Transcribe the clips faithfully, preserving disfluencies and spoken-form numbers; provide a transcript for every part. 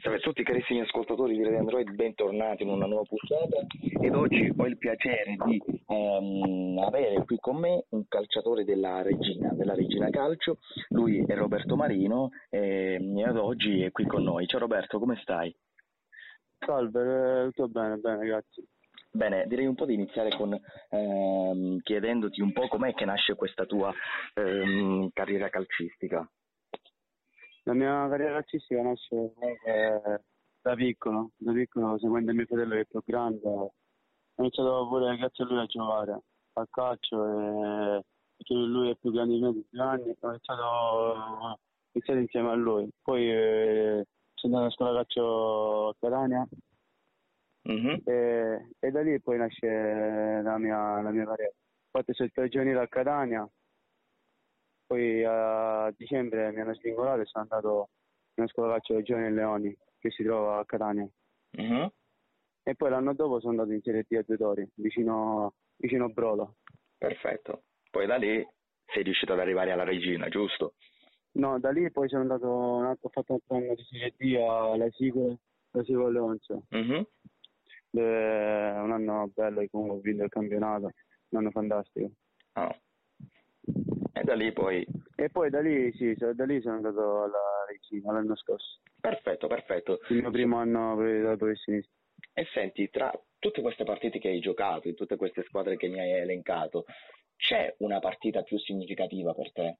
Salve a tutti carissimi ascoltatori di Radio Android, bentornati in una nuova puntata ed oggi ho il piacere di ehm, avere qui con me un calciatore della Regina, della Regina Calcio, lui è Roberto Marino ehm, e ad oggi è qui con noi. Ciao Roberto, come stai? Salve, tutto bene, bene, grazie. Bene, direi un po' di iniziare con ehm, chiedendoti un po' com'è che nasce questa tua ehm, carriera calcistica. La mia carriera calcistica nasce eh, da piccolo, da piccolo, seguendo mio fratello che è più grande, ho iniziato pure grazie a lui a giocare a calcio e perché lui è più grande di me di due anni, ho iniziato, ho iniziato insieme a lui. Poi eh, sono andato a scuola calcio a Catania Mm-hmm. e, e da lì poi nasce la mia, la mia carriera. Ho fatto sette giorni a Catania. Poi a dicembre mi hanno svincolato e sono andato in una scuola calcio dei Giovani e Leoni che si trova a Catania. Mm-hmm. E poi l'anno dopo sono andato in Serie D a Due Tori, vicino, vicino Brolo. Perfetto. Poi da lì sei riuscito ad arrivare alla Regina, giusto? No, da lì poi sono andato, un altro, ho fatto un altro anno di Serie D alla Sigo, alla Sigo Leonzo. Mm-hmm. Dove è un anno bello, che comunque ho vinto il campionato, un anno fantastico. Ah. E da lì poi... E poi da lì, sì, da lì sono andato alla Regina l'anno scorso. Perfetto, perfetto. Il mio primo anno da professionista. E senti, tra tutte queste partite che hai giocato, in tutte queste squadre che mi hai elencato, c'è una partita più significativa per te?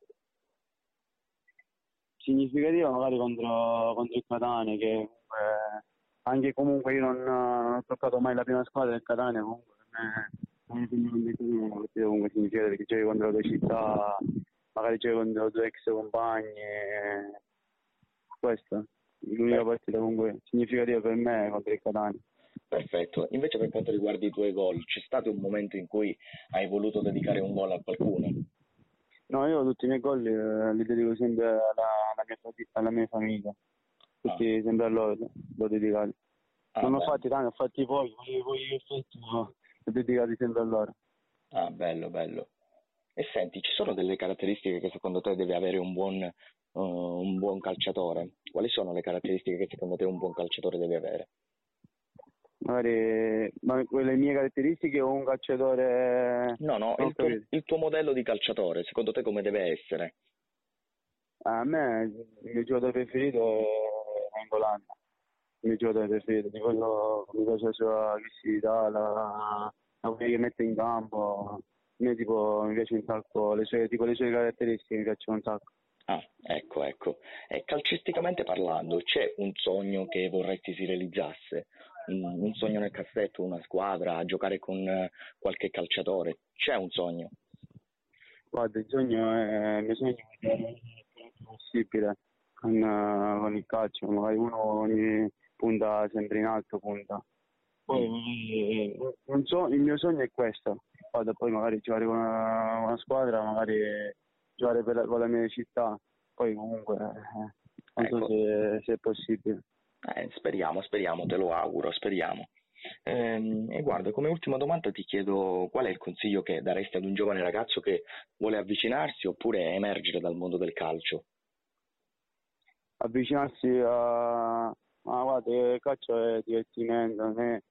Significativa magari contro, contro il Catania, che eh, anche comunque io non, non ho toccato mai la prima squadra del Catania, comunque per me è una partita comunque significativa perché giochi contro la tua città, magari giochi contro i tuoi ex compagni, e questa è l'unica partita comunque significativa per me contro il Catania. Perfetto, invece per quanto riguarda i tuoi gol, c'è stato un momento in cui hai voluto dedicare un gol a qualcuno? No, io tutti i miei gol eh, li dedico sempre alla, alla, mia, alla mia famiglia, tutti Ah. sempre a loro, l'ho dedicato. Ah, Non ho bello. fatti tanti, ho fatti pochi, quelli quelli che ho fatto ho dedicati sempre a loro. Ah, bello, bello. E senti, ci sono delle caratteristiche che secondo te deve avere un buon, eh, un buon calciatore? Quali sono le caratteristiche che secondo te un buon calciatore deve avere? Magari ma quelle mie caratteristiche o un calciatore... No, no, Non ho il tuo, capito. il tuo modello di calciatore, secondo te come deve essere? A me il mio giocatore preferito è N'Golo, il mio giocatore preferito, di quello mi piace la sua aggressività, la, la voglia che mette in campo. A me tipo mi piace un sacco, le sue, tipo le sue caratteristiche mi piacciono un sacco. Ah, ecco, ecco. E calcisticamente parlando, c'è un sogno che vorresti si realizzasse? Un, un sogno nel cassetto, una squadra, giocare con eh, qualche calciatore? C'è un sogno? Guarda, il sogno è, il mio sogno è il più possibile con, eh, con il calcio, magari uno ogni punta sempre in alto, punta. Poi eh, non so, il mio sogno è questo, vado poi magari giocare con una, una squadra, magari giocare per la, con la mia città, poi comunque eh, non so Ecco, se, se è possibile. eh, speriamo, speriamo, te lo auguro, speriamo. Ehm, e guarda, come ultima domanda ti chiedo qual è il consiglio che daresti ad un giovane ragazzo che vuole avvicinarsi oppure emergere dal mondo del calcio? Avvicinarsi a... Ma guarda, il calcio è divertimento, non è-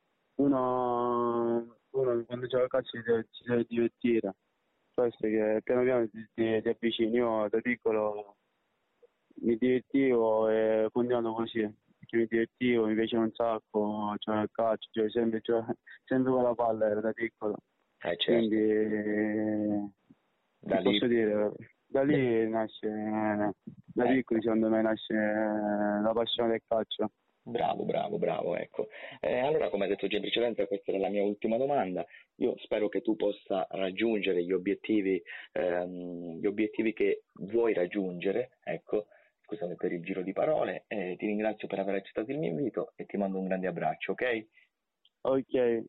uno, uno quando gioca a calcio si deve, si deve divertire, questo è che piano piano ti, ti, ti avvicini. Io da piccolo mi divertivo e ho continuato così, perché mi divertivo, mi piaceva un sacco giocare a calcio, cioè sempre, giocare- sempre con la palla ero da piccolo, Eh certo, quindi eh, da che lì, posso dire, da lì nasce, eh, da ecco. piccoli secondo me nasce eh, la passione del calcio. Bravo, bravo, bravo, ecco. Eh, allora, come detto già in precedenza, questa era la mia ultima domanda. Io spero che tu possa raggiungere gli obiettivi, ehm, gli obiettivi che vuoi raggiungere, ecco. Scusami per il giro di parole, eh, ti ringrazio per aver accettato il mio invito e ti mando un grande abbraccio, ok? Ok.